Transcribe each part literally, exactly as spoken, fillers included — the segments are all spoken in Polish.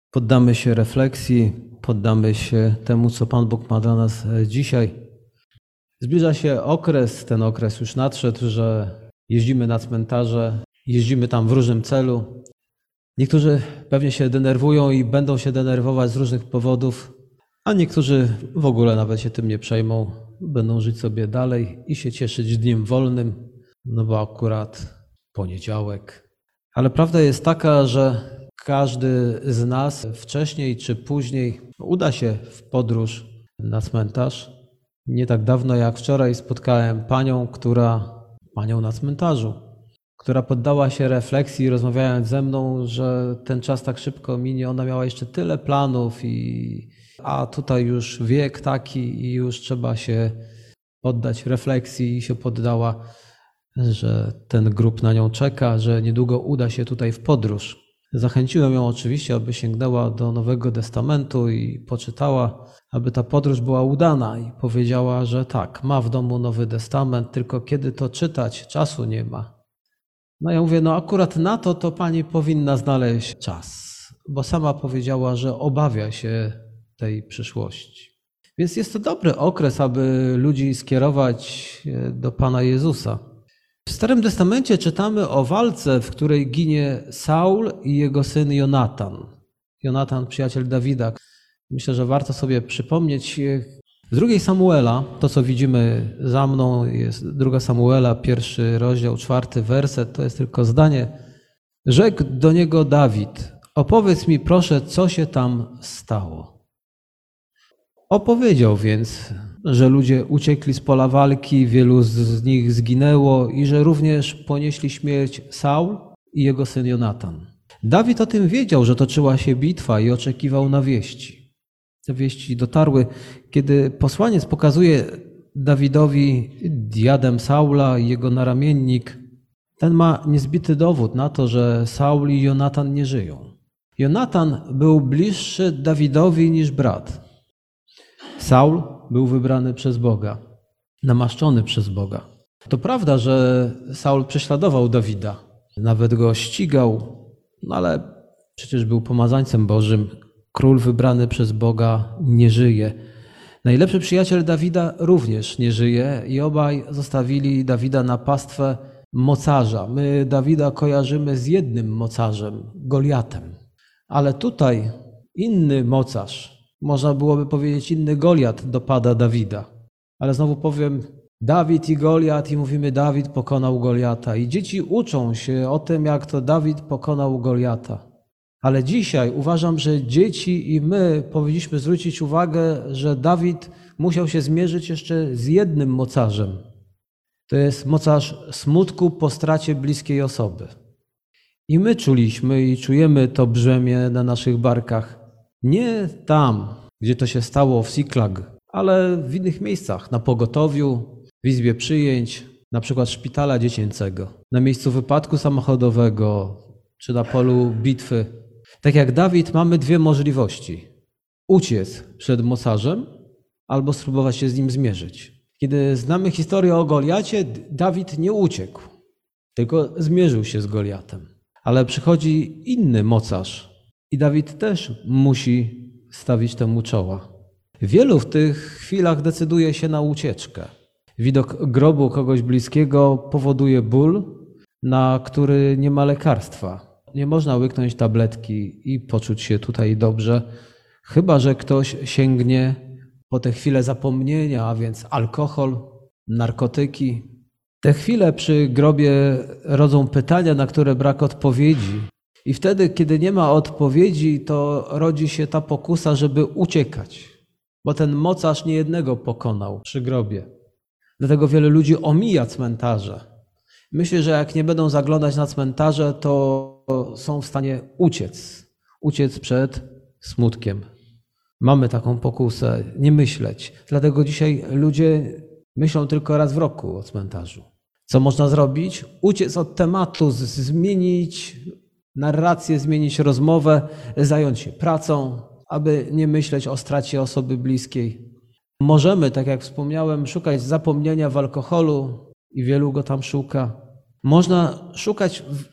Poddamy się refleksji, poddamy się temu, co Pan Bóg ma dla nas dzisiaj. Zbliża się okres, ten okres już nadszedł, że jeździmy na cmentarze, jeździmy tam w różnym celu. Niektórzy pewnie się denerwują i będą się denerwować z różnych powodów, a niektórzy w ogóle nawet się tym nie przejmą. Będą żyć sobie dalej i się cieszyć dniem wolnym, no bo akurat poniedziałek. Ale prawda jest taka, że każdy z nas wcześniej czy później uda się w podróż na cmentarz. Nie tak dawno jak wczoraj spotkałem panią, która, panią na cmentarzu, która poddała się refleksji, rozmawiając ze mną, że ten czas tak szybko minie. Ona miała jeszcze tyle planów, i, a tutaj już wiek taki i już trzeba się poddać refleksji, i się poddała, że ten grób na nią czeka, że niedługo uda się tutaj w podróż. Zachęciłem ją oczywiście, aby sięgnęła do Nowego Testamentu i poczytała, aby ta podróż była udana, i powiedziała, że tak, ma w domu Nowy Testament, tylko kiedy to czytać, czasu nie ma. No ja mówię, no akurat na to to pani powinna znaleźć czas, bo sama powiedziała, że obawia się tej przyszłości. Więc jest to dobry okres, aby ludzi skierować do Pana Jezusa. W Starym Testamencie czytamy o walce, w której ginie Saul i jego syn Jonatan. Jonatan, przyjaciel Dawida. Myślę, że warto sobie przypomnieć. Z drugiej Samuela, to co widzimy za mną, jest druga Samuela, pierwszy rozdział, czwarty werset, to jest tylko zdanie. Rzekł do niego Dawid, opowiedz mi proszę, co się tam stało. Opowiedział więc, że ludzie uciekli z pola walki, wielu z nich zginęło i że również ponieśli śmierć Saul i jego syn Jonatan. Dawid o tym wiedział, że toczyła się bitwa, i oczekiwał na wieści. Te wieści dotarły, kiedy posłaniec pokazuje Dawidowi diadem Saula i jego naramiennik. Ten ma niezbity dowód na to, że Saul i Jonatan nie żyją. Jonatan był bliższy Dawidowi niż brat. Saul był wybrany przez Boga, namaszczony przez Boga. To prawda, że Saul prześladował Dawida, nawet go ścigał, no ale przecież był pomazańcem Bożym. Król wybrany przez Boga nie żyje. Najlepszy przyjaciel Dawida również nie żyje i obaj zostawili Dawida na pastwę mocarza. My Dawida kojarzymy z jednym mocarzem, Goliatem, ale tutaj inny mocarz, można byłoby powiedzieć inny Goliat, dopada Dawida. Ale znowu powiem Dawid i Goliat i mówimy Dawid pokonał Goliata. I dzieci uczą się o tym, jak to Dawid pokonał Goliata. Ale dzisiaj uważam, że dzieci i my powinniśmy zwrócić uwagę, że Dawid musiał się zmierzyć jeszcze z jednym mocarzem. To jest mocarz smutku po stracie bliskiej osoby. I my czuliśmy i czujemy to brzemię na naszych barkach. Nie tam, gdzie to się stało w Siklag, ale w innych miejscach, na pogotowiu, w izbie przyjęć, na przykład szpitala dziecięcego, na miejscu wypadku samochodowego czy na polu bitwy. Tak jak Dawid mamy dwie możliwości. Uciec przed mocarzem albo spróbować się z nim zmierzyć. Kiedy znamy historię o Goliacie, Dawid nie uciekł, tylko zmierzył się z Goliatem. Ale przychodzi inny mocarz i Dawid też musi stawić temu czoła. Wielu w tych chwilach decyduje się na ucieczkę. Widok grobu kogoś bliskiego powoduje ból, na który nie ma lekarstwa. Nie można łyknąć tabletki i poczuć się tutaj dobrze, chyba że ktoś sięgnie po te chwile zapomnienia, a więc alkohol, narkotyki. Te chwile przy grobie rodzą pytania, na które brak odpowiedzi. I wtedy, kiedy nie ma odpowiedzi, to rodzi się ta pokusa, żeby uciekać, bo ten mocarz niejednego pokonał przy grobie. Dlatego wiele ludzi omija cmentarze. Myślę, że jak nie będą zaglądać na cmentarze, to są w stanie uciec. Uciec przed smutkiem. Mamy taką pokusę, nie myśleć. Dlatego dzisiaj ludzie myślą tylko raz w roku o cmentarzu. Co można zrobić? Uciec od tematu, zmienić narrację, zmienić rozmowę, zająć się pracą, aby nie myśleć o stracie osoby bliskiej. Możemy, tak jak wspomniałem, szukać zapomnienia w alkoholu i wielu go tam szuka. Można szukać w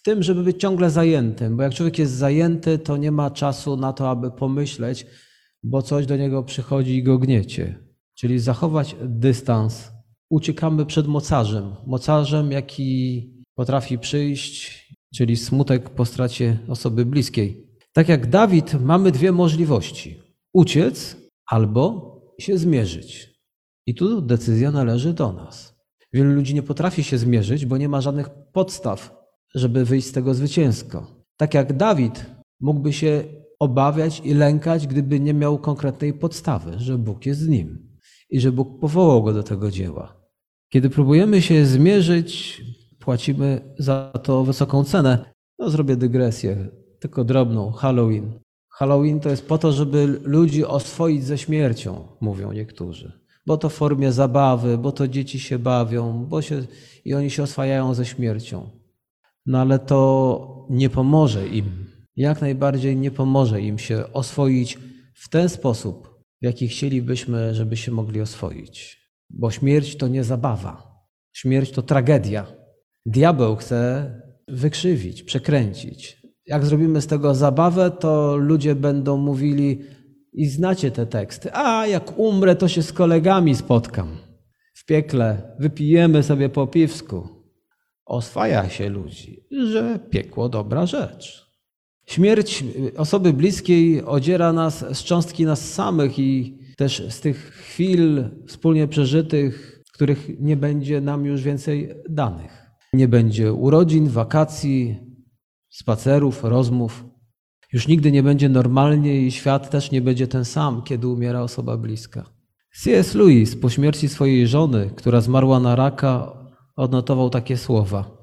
tym, żeby być ciągle zajętym, bo jak człowiek jest zajęty, to nie ma czasu na to, aby pomyśleć, bo coś do niego przychodzi i go gniecie. Czyli zachować dystans. Uciekamy przed mocarzem. Mocarzem, jaki potrafi przyjść, czyli smutek po stracie osoby bliskiej. Tak jak Dawid, mamy dwie możliwości. Uciec albo się zmierzyć. I tu decyzja należy do nas. Wielu ludzi nie potrafi się zmierzyć, bo nie ma żadnych podstaw, żeby wyjść z tego zwycięsko. Tak jak Dawid mógłby się obawiać i lękać, gdyby nie miał konkretnej podstawy, że Bóg jest z nim i że Bóg powołał go do tego dzieła. Kiedy próbujemy się zmierzyć, płacimy za to wysoką cenę. No, zrobię dygresję, tylko drobną. Halloween. Halloween to jest po to, żeby ludzi oswoić ze śmiercią, mówią niektórzy. Bo to w formie zabawy, bo to dzieci się bawią, bo się, i oni się oswajają ze śmiercią. No ale to nie pomoże im. Jak najbardziej nie pomoże im się oswoić w ten sposób, w jaki chcielibyśmy, żeby się mogli oswoić. Bo śmierć to nie zabawa. Śmierć to tragedia. Diabeł chce wykrzywić, przekręcić. Jak zrobimy z tego zabawę, to ludzie będą mówili i znacie te teksty. A jak umrę, to się z kolegami spotkam. W piekle wypijemy sobie po piwsku. Oswaja się ludzi, że piekło dobra rzecz. Śmierć osoby bliskiej odziera nas z cząstki nas samych i też z tych chwil wspólnie przeżytych, których nie będzie nam już więcej danych. Nie będzie urodzin, wakacji, spacerów, rozmów. Już nigdy nie będzie normalnie i świat też nie będzie ten sam, kiedy umiera osoba bliska. C S Lewis po śmierci swojej żony, która zmarła na raka, odnotował takie słowa.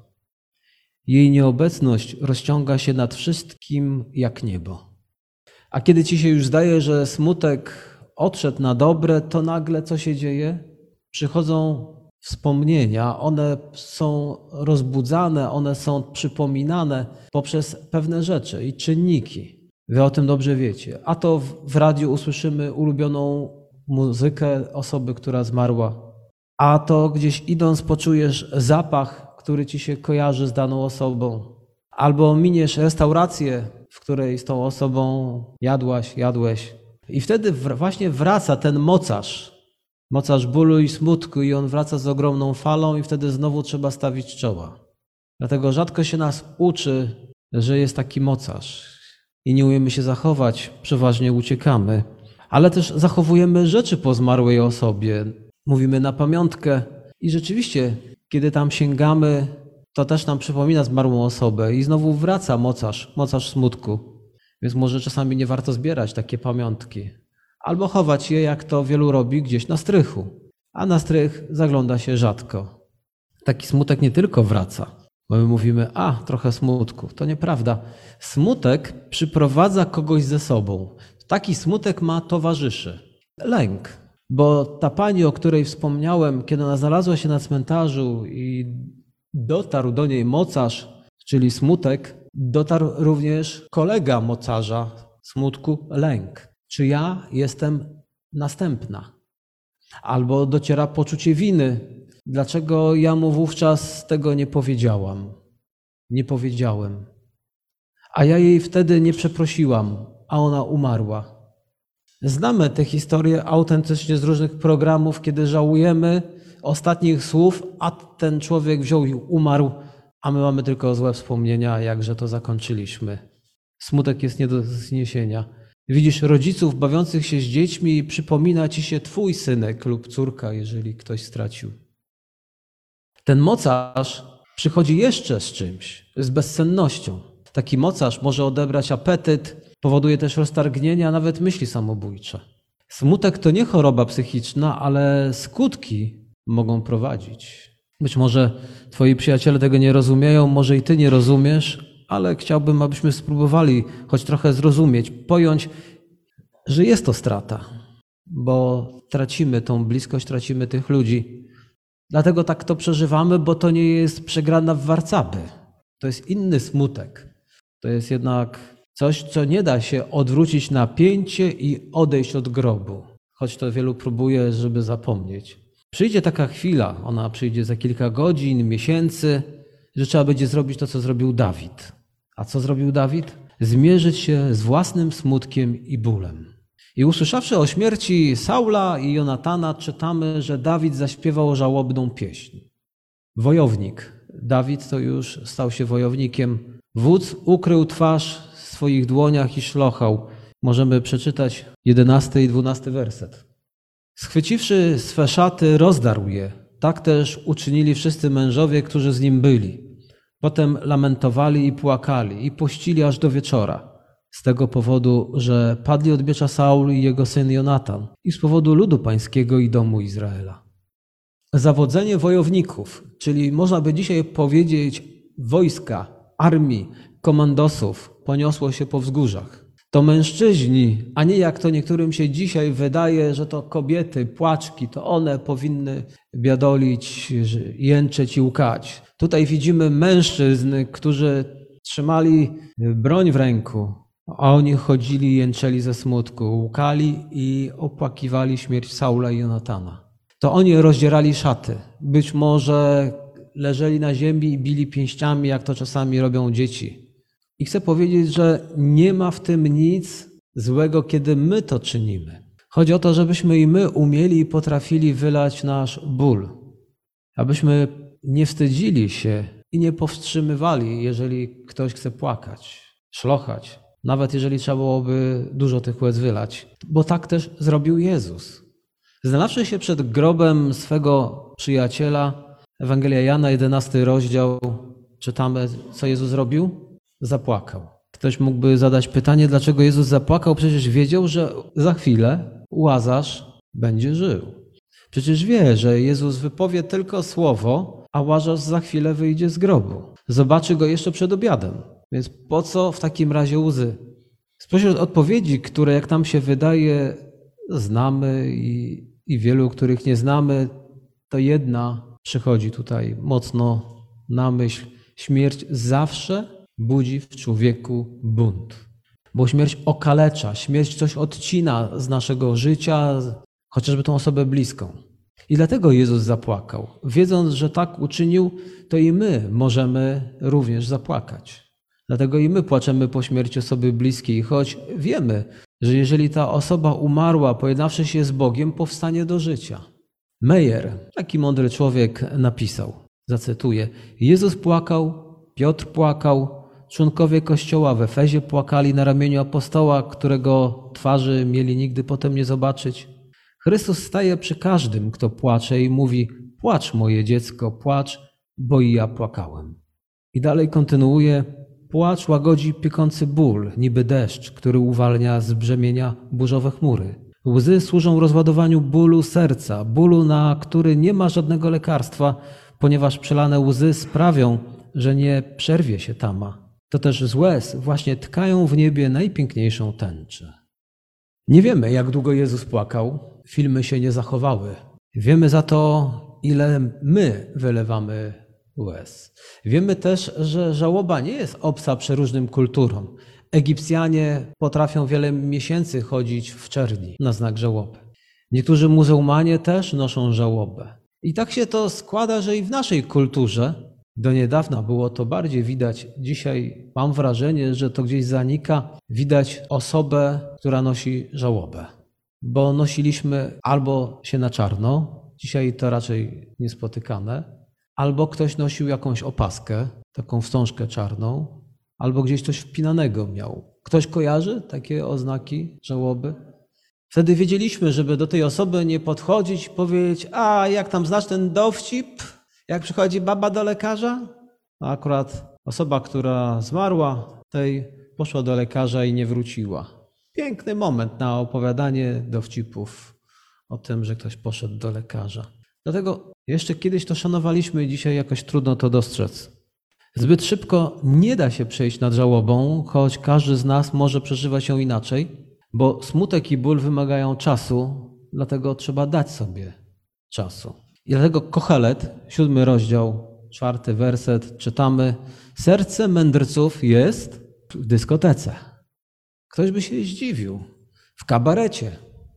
Jej nieobecność rozciąga się nad wszystkim jak niebo. A kiedy ci się już zdaje, że smutek odszedł na dobre, to nagle co się dzieje? Przychodzą wspomnienia, one są rozbudzane, one są przypominane poprzez pewne rzeczy i czynniki. Wy o tym dobrze wiecie. A to w radiu usłyszymy ulubioną muzykę osoby, która zmarła. A to gdzieś idąc poczujesz zapach, który ci się kojarzy z daną osobą. Albo miniesz restaurację, w której z tą osobą jadłaś, jadłeś. I wtedy właśnie wraca ten mocarz. Mocarz bólu i smutku i on wraca z ogromną falą i wtedy znowu trzeba stawić czoła. Dlatego rzadko się nas uczy, że jest taki mocarz i nie umiemy się zachować, przeważnie uciekamy. Ale też zachowujemy rzeczy po zmarłej osobie. Mówimy na pamiątkę i rzeczywiście, kiedy tam sięgamy, to też nam przypomina zmarłą osobę i znowu wraca mocarz, mocarz smutku. Więc może czasami nie warto zbierać takie pamiątki. Albo chować je, jak to wielu robi, gdzieś na strychu. A na strych zagląda się rzadko. Taki smutek nie tylko wraca, bo my mówimy, a trochę smutku. To nieprawda. Smutek przyprowadza kogoś ze sobą. Taki smutek ma towarzyszy. Lęk. Bo ta pani, o której wspomniałem, kiedy ona znalazła się na cmentarzu i dotarł do niej mocarz, czyli smutek, dotarł również kolega mocarza smutku, lęk. Czy ja jestem następna? Albo dociera poczucie winy. Dlaczego ja mu wówczas tego nie powiedziałam? Nie powiedziałem. A ja jej wtedy nie przeprosiłam, a ona umarła. Znamy te historie autentycznie z różnych programów, kiedy żałujemy ostatnich słów, a ten człowiek wziął i umarł, a my mamy tylko złe wspomnienia, jakże to zakończyliśmy. Smutek jest nie do zniesienia. Widzisz rodziców bawiących się z dziećmi i przypomina ci się twój synek lub córka, jeżeli ktoś stracił. Ten mocarz przychodzi jeszcze z czymś, z bezsennością. Taki mocarz może odebrać apetyt, powoduje też roztargnienie, a nawet myśli samobójcze. Smutek to nie choroba psychiczna, ale skutki mogą prowadzić. Być może twoi przyjaciele tego nie rozumieją, może i ty nie rozumiesz, ale chciałbym, abyśmy spróbowali choć trochę zrozumieć, pojąć, że jest to strata, bo tracimy tą bliskość, tracimy tych ludzi. Dlatego tak to przeżywamy, bo to nie jest przegrana w warcaby. To jest inny smutek. To jest jednak coś, co nie da się odwrócić na pięcie i odejść od grobu, choć to wielu próbuje, żeby zapomnieć. Przyjdzie taka chwila, ona przyjdzie za kilka godzin, miesięcy, że trzeba będzie zrobić to, co zrobił Dawid. A co zrobił Dawid? Zmierzyć się z własnym smutkiem i bólem. I usłyszawszy o śmierci Saula i Jonatana, czytamy, że Dawid zaśpiewał żałobną pieśń. Wojownik. Dawid to już stał się wojownikiem. Wódz ukrył twarz w swoich dłoniach i szlochał. Możemy przeczytać jedenasty i dwunasty werset. Schwyciwszy swe szaty, rozdarł je. Tak też uczynili wszyscy mężowie, którzy z nim byli. Potem lamentowali i płakali i pościli aż do wieczora. Z tego powodu, że padli od miecza Saul i jego syn Jonatan i z powodu ludu pańskiego i domu Izraela. Zawodzenie wojowników, czyli można by dzisiaj powiedzieć wojska, armii, komandosów, poniosło się po wzgórzach. To mężczyźni, a nie jak to niektórym się dzisiaj wydaje, że to kobiety, płaczki, to one powinny biadolić, jęczeć i łkać. Tutaj widzimy mężczyzn, którzy trzymali broń w ręku, a oni chodzili i jęczeli ze smutku, łkali i opłakiwali śmierć Saula i Jonatana. To oni rozdzierali szaty. Być może leżeli na ziemi i bili pięściami, jak to czasami robią dzieci. I chcę powiedzieć, że nie ma w tym nic złego, kiedy my to czynimy. Chodzi o to, żebyśmy i my umieli i potrafili wylać nasz ból. Abyśmy nie wstydzili się i nie powstrzymywali, jeżeli ktoś chce płakać, szlochać. Nawet jeżeli trzeba byłoby dużo tych łez wylać. Bo tak też zrobił Jezus. Znalazłszy się przed grobem swego przyjaciela, Ewangelia Jana, jedenasty rozdział, czytamy, co Jezus zrobił? Zapłakał. Ktoś mógłby zadać pytanie, dlaczego Jezus zapłakał? Przecież wiedział, że za chwilę Łazarz będzie żył. Przecież wie, że Jezus wypowie tylko słowo, a Łazarz za chwilę wyjdzie z grobu. Zobaczy go jeszcze przed obiadem. Więc po co w takim razie łzy? Spośród odpowiedzi, które jak nam się wydaje znamy i, i wielu, których nie znamy, to jedna przychodzi tutaj mocno na myśl. Śmierć zawsze budzi w człowieku bunt. Bo śmierć okalecza, śmierć coś odcina z naszego życia, chociażby tą osobę bliską. I dlatego Jezus zapłakał. Wiedząc, że tak uczynił, to i my możemy również zapłakać. Dlatego i my płaczemy po śmierci osoby bliskiej, choć wiemy, że jeżeli ta osoba umarła, pojednawszy się z Bogiem, powstanie do życia. Meyer, taki mądry człowiek, napisał, zacytuję: Jezus płakał, Piotr płakał, członkowie Kościoła w Efezie płakali na ramieniu apostoła, którego twarzy mieli nigdy potem nie zobaczyć. Chrystus staje przy każdym, kto płacze i mówi: płacz moje dziecko, płacz, bo i ja płakałem. I dalej kontynuuje: płacz łagodzi piekący ból, niby deszcz, który uwalnia z brzemienia burzowe chmury. Łzy służą rozładowaniu bólu serca, bólu, na który nie ma żadnego lekarstwa, ponieważ przelane łzy sprawią, że nie przerwie się tama. To też z łez właśnie tkają w niebie najpiękniejszą tęczę. Nie wiemy, jak długo Jezus płakał. Filmy się nie zachowały. Wiemy za to, ile my wylewamy łez. Wiemy też, że żałoba nie jest obca przeróżnym kulturom. Egipcjanie potrafią wiele miesięcy chodzić w czerni na znak żałoby. Niektórzy muzułmanie też noszą żałobę. I tak się to składa, że i w naszej kulturze do niedawna było to bardziej widać. Dzisiaj mam wrażenie, że to gdzieś zanika. Widać osobę, która nosi żałobę. Bo nosiliśmy albo się na czarno, dzisiaj to raczej niespotykane, albo ktoś nosił jakąś opaskę, taką wstążkę czarną, albo gdzieś coś wpinanego miał. Ktoś kojarzy takie oznaki żałoby? Wtedy wiedzieliśmy, żeby do tej osoby nie podchodzić i powiedzieć: a jak tam znasz ten dowcip, jak przychodzi baba do lekarza? A akurat osoba, która zmarła, tej poszła do lekarza i nie wróciła. Piękny moment na opowiadanie dowcipów o tym, że ktoś poszedł do lekarza. Dlatego jeszcze kiedyś to szanowaliśmy, dzisiaj jakoś trudno to dostrzec. Zbyt szybko nie da się przejść nad żałobą, choć każdy z nas może przeżywać ją inaczej, bo smutek i ból wymagają czasu, dlatego trzeba dać sobie czasu. I dlatego Kohelet, siódmy rozdział, czwarty werset, czytamy: serce mędrców jest w dyskotece. Ktoś by się zdziwił. W kabarecie?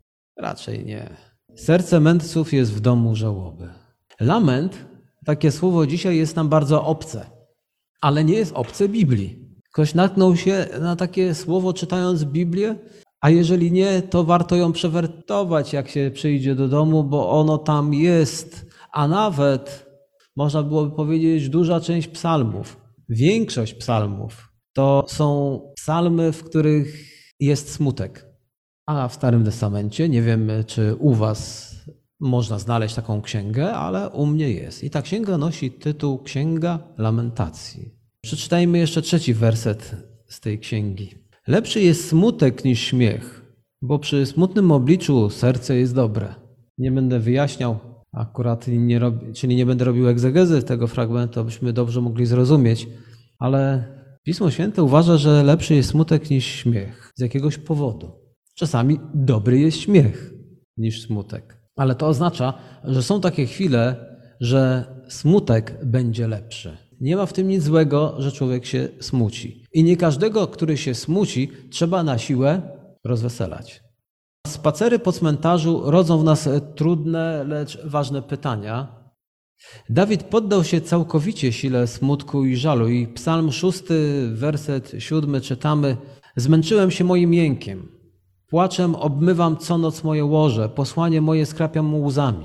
Raczej nie. Serce mędrców jest w domu żałoby. Lament, takie słowo dzisiaj jest nam bardzo obce. ale nie jest obce Biblii. Ktoś natknął się na takie słowo czytając Biblię, a jeżeli nie, to warto ją przewertować, jak się przyjdzie do domu, bo ono tam jest, a nawet można byłoby powiedzieć duża część psalmów, większość psalmów to są psalmy, w których jest smutek. A w Starym Testamencie, nie wiem czy u was można znaleźć taką księgę, ale u mnie jest. I ta księga nosi tytuł Księga Lamentacji. Przeczytajmy jeszcze trzeci werset z tej księgi. Lepszy jest smutek niż śmiech, bo przy smutnym obliczu serce jest dobre. Nie będę wyjaśniał akurat, nie robi, czyli nie będę robił egzegezy tego fragmentu, abyśmy dobrze mogli zrozumieć, ale Pismo Święte uważa, że lepszy jest smutek niż śmiech z jakiegoś powodu. Czasami dobry jest śmiech niż smutek, ale to oznacza, że są takie chwile, że smutek będzie lepszy. Nie ma w tym nic złego, że człowiek się smuci. I nie każdego, który się smuci, trzeba na siłę rozweselać. Spacery po cmentarzu rodzą w nas trudne, lecz ważne pytania. Dawid poddał się całkowicie sile smutku i żalu i psalm szósty, werset siódmy czytamy: Zmęczyłem się moim jękiem, płaczem obmywam co noc moje łoże, posłanie moje skrapiam łzami.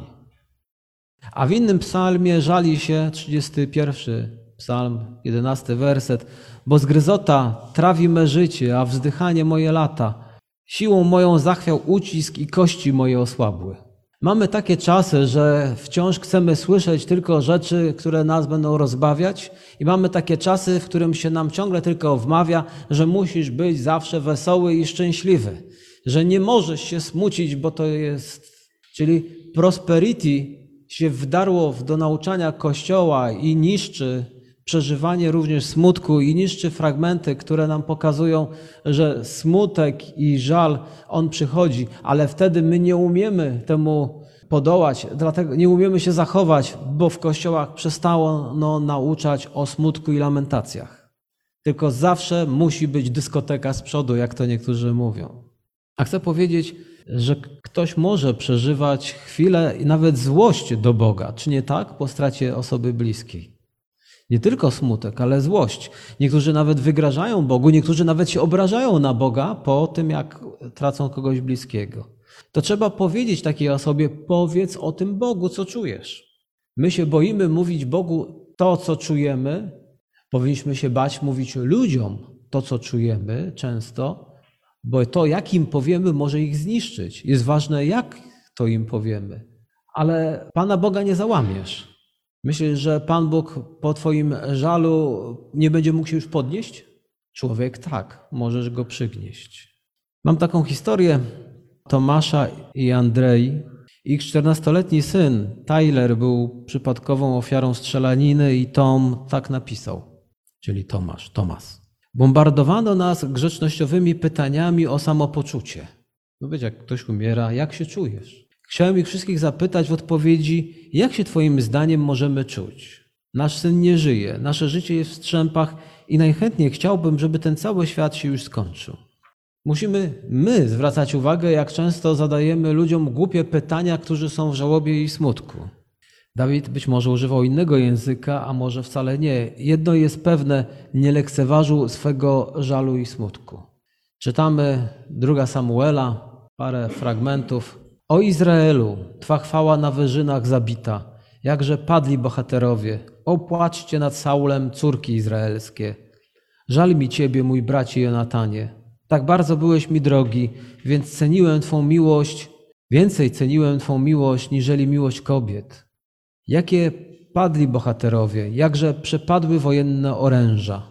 A w innym psalmie żali się, trzydziesty pierwszy psalm, jedenasty werset, bo zgryzota trawi me życie, a wzdychanie moje lata. Siłą moją zachwiał ucisk i kości moje osłabły. Mamy takie czasy, że wciąż chcemy słyszeć tylko rzeczy, które nas będą rozbawiać i mamy takie czasy, w którym się nam ciągle tylko wmawia, że musisz być zawsze wesoły i szczęśliwy, że nie możesz się smucić, bo to jest... Czyli prosperity się wdarło do nauczania Kościoła i niszczy przeżywanie również smutku i niszczy fragmenty, które nam pokazują, że smutek i żal, on przychodzi, ale wtedy my nie umiemy temu podołać, dlatego nie umiemy się zachować, bo w kościołach przestało no, nauczać o smutku i lamentacjach. Tylko zawsze musi być dyskoteka z przodu, jak to niektórzy mówią. A chcę powiedzieć, że ktoś może przeżywać chwilę i nawet złość do Boga, czy nie tak, po stracie osoby bliskiej. Nie tylko smutek, ale złość. Niektórzy nawet wygrażają Bogu, niektórzy nawet się obrażają na Boga po tym, jak tracą kogoś bliskiego. To trzeba powiedzieć takiej osobie: powiedz o tym Bogu, co czujesz. My się boimy mówić Bogu to, co czujemy. Powinniśmy się bać mówić ludziom to, co czujemy często, bo to, jak im powiemy, może ich zniszczyć. Jest ważne, jak to im powiemy. Ale Pana Boga nie załamiesz. Myślisz, że Pan Bóg po twoim żalu nie będzie mógł się już podnieść? Człowiek tak, możesz go przygnieść. Mam taką historię Tomasza i Andrei. Ich czternastoletni syn Tyler był przypadkową ofiarą strzelaniny i Tom tak napisał, czyli Tomasz, Tomas. Bombardowano nas grzecznościowymi pytaniami o samopoczucie. No wiecie, jak ktoś umiera, jak się czujesz? Chciałem ich wszystkich zapytać w odpowiedzi, jak się twoim zdaniem możemy czuć? Nasz syn nie żyje, nasze życie jest w strzępach i najchętniej chciałbym, żeby ten cały świat się już skończył. Musimy my zwracać uwagę, jak często zadajemy ludziom głupie pytania, którzy są w żałobie i smutku. Dawid być może używał innego języka, a może wcale nie. Jedno jest pewne, nie lekceważył swego żalu i smutku. Czytamy druga Samuela, parę fragmentów. O Izraelu, Twa chwała na wyżynach zabita, jakże padli bohaterowie. O, płaczcie nad Saulem, córki izraelskie. Żal mi Ciebie, mój bracie Jonatanie. Tak bardzo byłeś mi drogi, więc ceniłem Twą miłość, więcej ceniłem Twą miłość, niżeli miłość kobiet. Jakie padli bohaterowie, jakże przepadły wojenne oręża.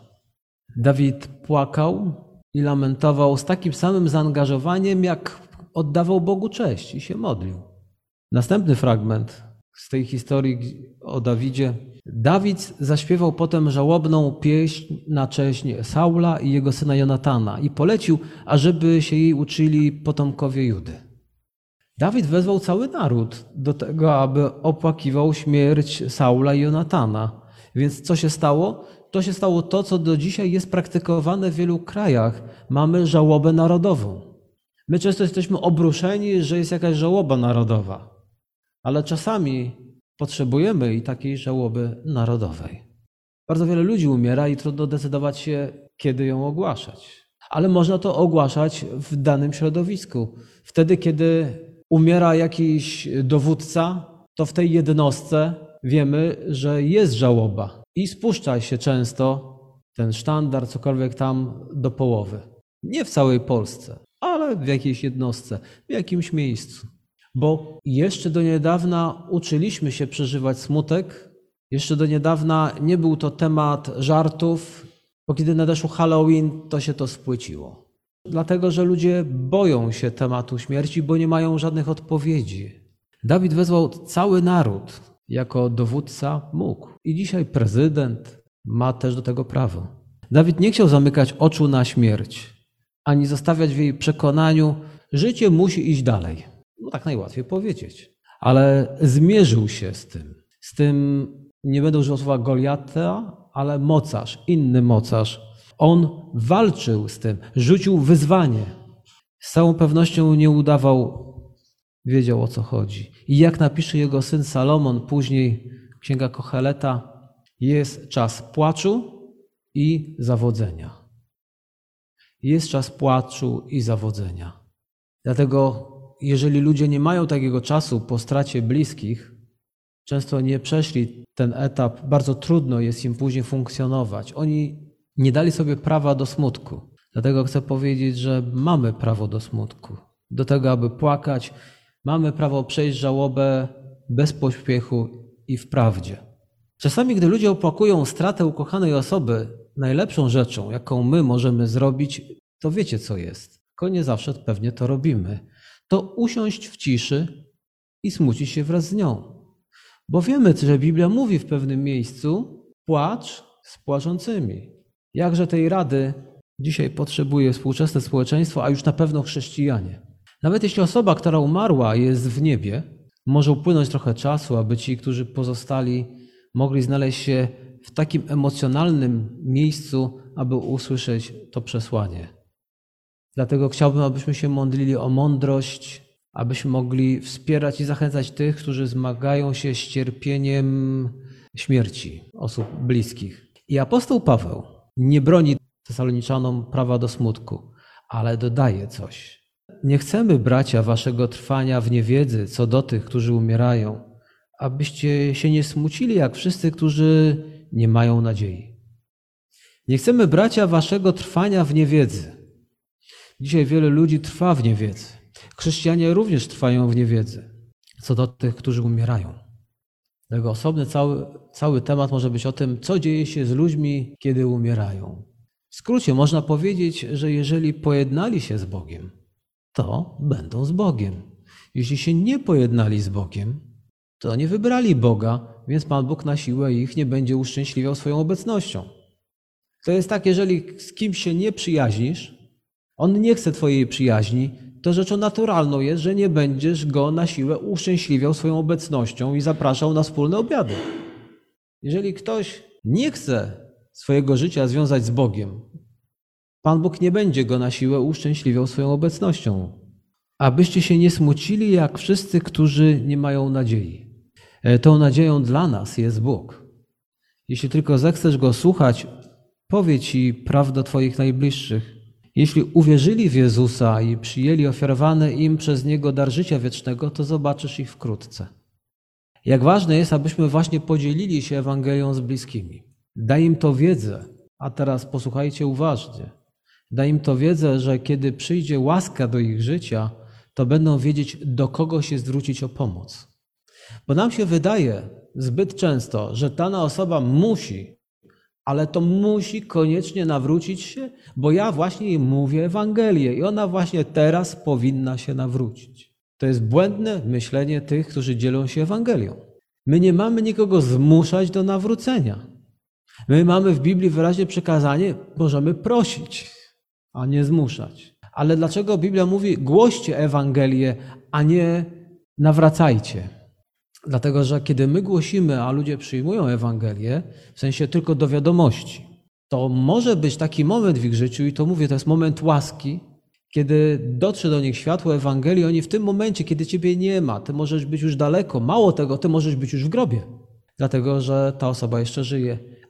Dawid płakał i lamentował z takim samym zaangażowaniem, jak oddawał Bogu cześć i się modlił. Następny fragment z tej historii o Dawidzie. Dawid zaśpiewał potem żałobną pieśń na cześć Saula i jego syna Jonatana i polecił, ażeby się jej uczyli potomkowie Judy. Dawid wezwał cały naród do tego, aby opłakiwał śmierć Saula i Jonatana. Więc co się stało? To się stało to, co do dzisiaj jest praktykowane w wielu krajach. Mamy żałobę narodową. My często jesteśmy obruszeni, że jest jakaś żałoba narodowa, ale czasami potrzebujemy i takiej żałoby narodowej. Bardzo wiele ludzi umiera i trudno decydować się, kiedy ją ogłaszać. Ale można to ogłaszać w danym środowisku. Wtedy, kiedy umiera jakiś dowódca, to w tej jednostce wiemy, że jest żałoba i spuszcza się często ten sztandar, cokolwiek tam do połowy. Nie w całej Polsce, ale w jakiejś jednostce, w jakimś miejscu. Bo jeszcze do niedawna uczyliśmy się przeżywać smutek, jeszcze do niedawna nie był to temat żartów, bo kiedy nadeszł Halloween, to się to spłyciło. Dlatego, że ludzie boją się tematu śmierci, bo nie mają żadnych odpowiedzi. Dawid wezwał cały naród jako dowódca, mógł. I dzisiaj prezydent ma też do tego prawo. Dawid nie chciał zamykać oczu na śmierć, ani zostawiać w jej przekonaniu, życie musi iść dalej. No tak najłatwiej powiedzieć. Ale zmierzył się z tym. Z tym, nie będę używał słowa Goliata, ale mocarz, inny mocarz. On walczył z tym, rzucił wyzwanie. Z całą pewnością nie udawał, wiedział o co chodzi. I jak napisze jego syn Salomon, później Księga Kocheleta, jest czas płaczu i zawodzenia. Jest czas płaczu i zawodzenia. Dlatego, jeżeli ludzie nie mają takiego czasu po stracie bliskich, często nie przeszli ten etap, bardzo trudno jest im później funkcjonować. Oni nie dali sobie prawa do smutku. Dlatego chcę powiedzieć, że mamy prawo do smutku. Do tego, aby płakać, mamy prawo przejść żałobę bez pośpiechu i w prawdzie. Czasami, gdy ludzie opłakują stratę ukochanej osoby, najlepszą rzeczą, jaką my możemy zrobić, to wiecie co jest. Tylko nie zawsze pewnie to robimy. To usiąść w ciszy i smucić się wraz z nią. Bo wiemy, że Biblia mówi w pewnym miejscu, płacz z płaczącymi. Jakże tej rady dzisiaj potrzebuje współczesne społeczeństwo, a już na pewno chrześcijanie. Nawet jeśli osoba, która umarła, jest w niebie, może upłynąć trochę czasu, aby ci, którzy pozostali, mogli znaleźć się w takim emocjonalnym miejscu, aby usłyszeć to przesłanie. Dlatego chciałbym, abyśmy się modlili o mądrość, abyśmy mogli wspierać i zachęcać tych, którzy zmagają się z cierpieniem śmierci osób bliskich. I apostoł Paweł nie broni Tesaloniczanów prawa do smutku, ale dodaje coś. Nie chcemy, bracia, waszego trwania w niewiedzy co do tych, którzy umierają, abyście się nie smucili jak wszyscy, którzy nie mają nadziei. Nie chcemy, bracia, waszego trwania w niewiedzy. Dzisiaj wiele ludzi trwa w niewiedzy. Chrześcijanie również trwają w niewiedzy co do tych, którzy umierają. Tego osobny cały, cały temat może być o tym, co dzieje się z ludźmi, kiedy umierają. W skrócie można powiedzieć, że jeżeli pojednali się z Bogiem, to będą z Bogiem. Jeśli się nie pojednali z Bogiem, to nie wybrali Boga, więc Pan Bóg na siłę ich nie będzie uszczęśliwiał swoją obecnością. To jest tak, jeżeli z kimś się nie przyjaźnisz, on nie chce twojej przyjaźni, to rzeczą naturalną jest, że nie będziesz go na siłę uszczęśliwiał swoją obecnością i zapraszał na wspólne obiady. Jeżeli ktoś nie chce swojego życia związać z Bogiem, Pan Bóg nie będzie go na siłę uszczęśliwiał swoją obecnością. Abyście się nie smucili jak wszyscy, którzy nie mają nadziei. Tą nadzieją dla nas jest Bóg. Jeśli tylko zechcesz Go słuchać, powie Ci prawdę Twoich najbliższych. Jeśli uwierzyli w Jezusa i przyjęli ofiarowany im przez Niego dar życia wiecznego, to zobaczysz ich wkrótce. Jak ważne jest, abyśmy właśnie podzielili się Ewangelią z bliskimi. Daj im to wiedzę, a teraz posłuchajcie uważnie. Daj im to wiedzę, że kiedy przyjdzie łaska do ich życia, to będą wiedzieć, do kogo się zwrócić o pomoc. Bo nam się wydaje zbyt często, że dana osoba musi, ale to musi koniecznie nawrócić się, bo ja właśnie jej mówię Ewangelię i ona właśnie teraz powinna się nawrócić. To jest błędne myślenie tych, którzy dzielą się Ewangelią. My nie mamy nikogo zmuszać do nawrócenia. My mamy w Biblii wyraźnie przekazanie, możemy prosić, a nie zmuszać. Ale dlaczego Biblia mówi głoście Ewangelię, a nie nawracajcie? Dlatego, że kiedy my głosimy, a ludzie przyjmują Ewangelię, w sensie tylko do wiadomości, to może być taki moment w ich życiu, i to mówię, to jest moment łaski, kiedy dotrze do nich światło Ewangelii, oni w tym momencie, kiedy Ciebie nie ma, Ty możesz być już daleko, mało tego, Ty możesz być już w grobie, dlatego, że ta osoba jeszcze żyje.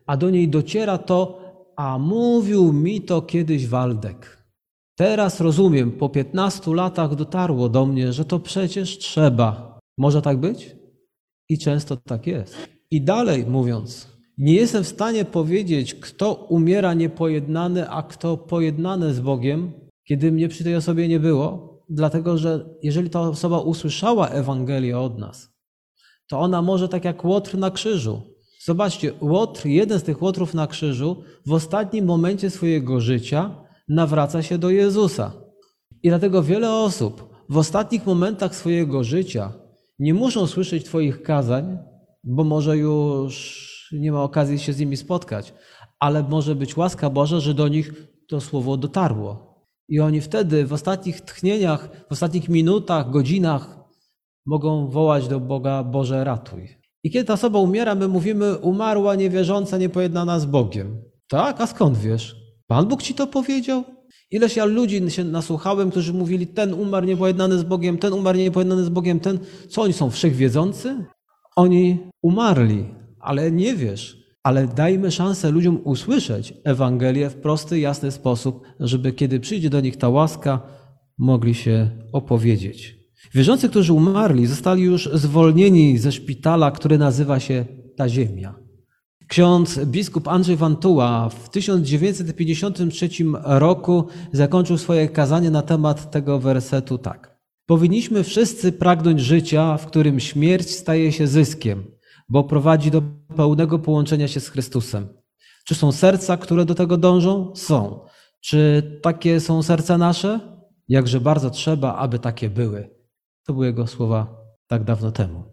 a do niej dociera to, a mówił mi to kiedyś Waldek. Teraz rozumiem, po piętnastu latach dotarło do mnie, że to przecież trzeba. Może tak być? I często tak jest. I dalej mówiąc, nie jestem w stanie powiedzieć, kto umiera niepojednany, a kto pojednany z Bogiem, kiedy mnie przy tej osobie nie było, dlatego że jeżeli ta osoba usłyszała Ewangelię od nas, to ona może tak jak Łotr na krzyżu. Zobaczcie, Łotr, jeden z tych Łotrów na krzyżu, w ostatnim momencie swojego życia nawraca się do Jezusa. I dlatego wiele osób w ostatnich momentach swojego życia nie muszą słyszeć Twoich kazań, bo może już nie ma okazji się z nimi spotkać, ale może być łaska Boża, że do nich to słowo dotarło. I oni wtedy w ostatnich tchnieniach, w ostatnich minutach, godzinach mogą wołać do Boga: Boże, ratuj. I kiedy ta osoba umiera, my mówimy: umarła niewierząca, niepojednana z Bogiem. Tak? A skąd wiesz? Pan Bóg ci to powiedział? Ileś ja ludzi się nasłuchałem, którzy mówili: ten umarł niepojednany z Bogiem, ten umarł niepojednany z Bogiem, ten... Co oni są, wszechwiedzący? Oni umarli, ale nie wiesz. Ale dajmy szansę ludziom usłyszeć Ewangelię w prosty, jasny sposób, żeby kiedy przyjdzie do nich ta łaska, mogli się opowiedzieć. Wierzący, którzy umarli, zostali już zwolnieni ze szpitala, który nazywa się ta ziemia. Ksiądz biskup Andrzej Wantuła w tysiąc dziewięćset pięćdziesiątym trzecim roku zakończył swoje kazanie na temat tego wersetu tak. Powinniśmy wszyscy pragnąć życia, w którym śmierć staje się zyskiem, bo prowadzi do pełnego połączenia się z Chrystusem. Czy są serca, które do tego dążą? Są. Czy takie są serca nasze? Jakże bardzo trzeba, aby takie były. To były jego słowa tak dawno temu.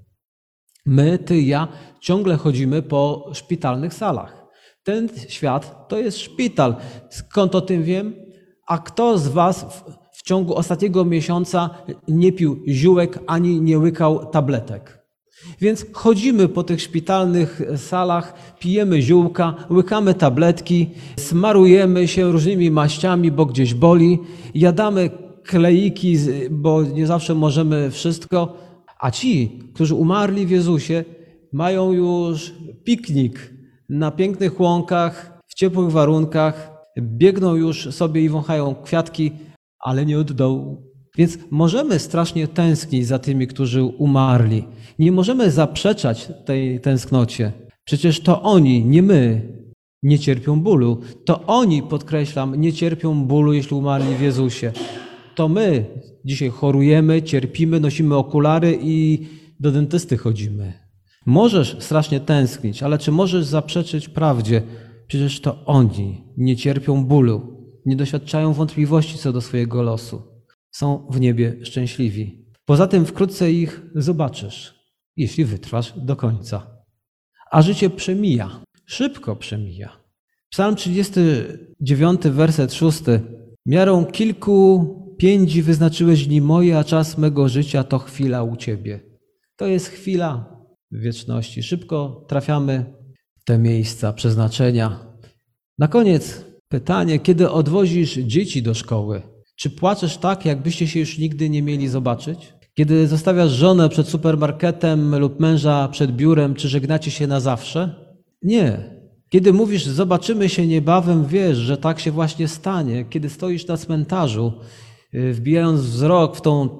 My, ty, ja ciągle chodzimy po szpitalnych salach. Ten świat to jest szpital. Skąd o tym wiem? A kto z was w, w ciągu ostatniego miesiąca nie pił ziółek ani nie łykał tabletek? Więc chodzimy po tych szpitalnych salach, pijemy ziółka, łykamy tabletki, smarujemy się różnymi maściami, bo gdzieś boli, jadamy kleiki, bo nie zawsze możemy wszystko. A ci, którzy umarli w Jezusie, mają już piknik na pięknych łąkach, w ciepłych warunkach, biegną już sobie i wąchają kwiatki, ale nie od dołu. Więc możemy strasznie tęsknić za tymi, którzy umarli. Nie możemy zaprzeczać tej tęsknocie. Przecież to oni, nie my, nie cierpią bólu. To oni, podkreślam, nie cierpią bólu, jeśli umarli w Jezusie. To my dzisiaj chorujemy, cierpimy, nosimy okulary i do dentysty chodzimy. Możesz strasznie tęsknić, ale czy możesz zaprzeczyć prawdzie? Przecież to oni nie cierpią bólu, nie doświadczają wątpliwości co do swojego losu. Są w niebie szczęśliwi. Poza tym wkrótce ich zobaczysz, jeśli wytrwasz do końca. A życie przemija, szybko przemija. Psalm trzydziesty dziewiąty, werset szósty. Miarą kilku piędzi wyznaczyłeś dni moje, a czas mego życia to chwila u Ciebie. To jest chwila w wieczności. Szybko trafiamy w te miejsca przeznaczenia. Na koniec pytanie, kiedy odwozisz dzieci do szkoły? Czy płaczesz tak, jakbyście się już nigdy nie mieli zobaczyć? Kiedy zostawiasz żonę przed supermarketem lub męża przed biurem, czy żegnacie się na zawsze? Nie. Kiedy mówisz, zobaczymy się niebawem, wiesz, że tak się właśnie stanie. Kiedy stoisz na cmentarzu, wbijając wzrok w tą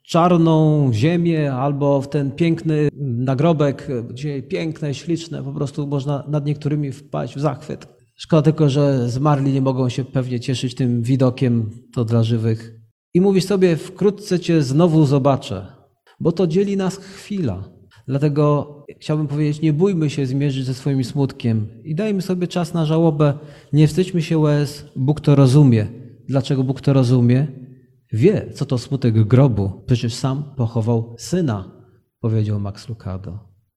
czarną ziemię albo w ten piękny nagrobek, gdzie piękne, śliczne, po prostu można nad niektórymi wpaść w zachwyt. Szkoda tylko, że zmarli nie mogą się pewnie cieszyć tym widokiem, to dla żywych. I mówisz sobie, wkrótce Cię znowu zobaczę, bo to dzieli nas chwila. Dlatego chciałbym powiedzieć, nie bójmy się zmierzyć ze swoim smutkiem i dajmy sobie czas na żałobę. Nie wstydźmy się łez, Bóg to rozumie. Dlaczego Bóg to rozumie? Wie, co to smutek grobu. Przecież sam pochował syna, powiedział Max Lucado.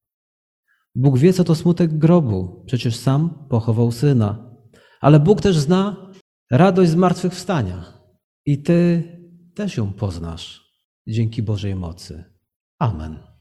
Bóg wie, co to smutek grobu. Przecież sam pochował syna. Ale Bóg też zna radość zmartwychwstania. I Ty też ją poznasz dzięki Bożej mocy. Amen.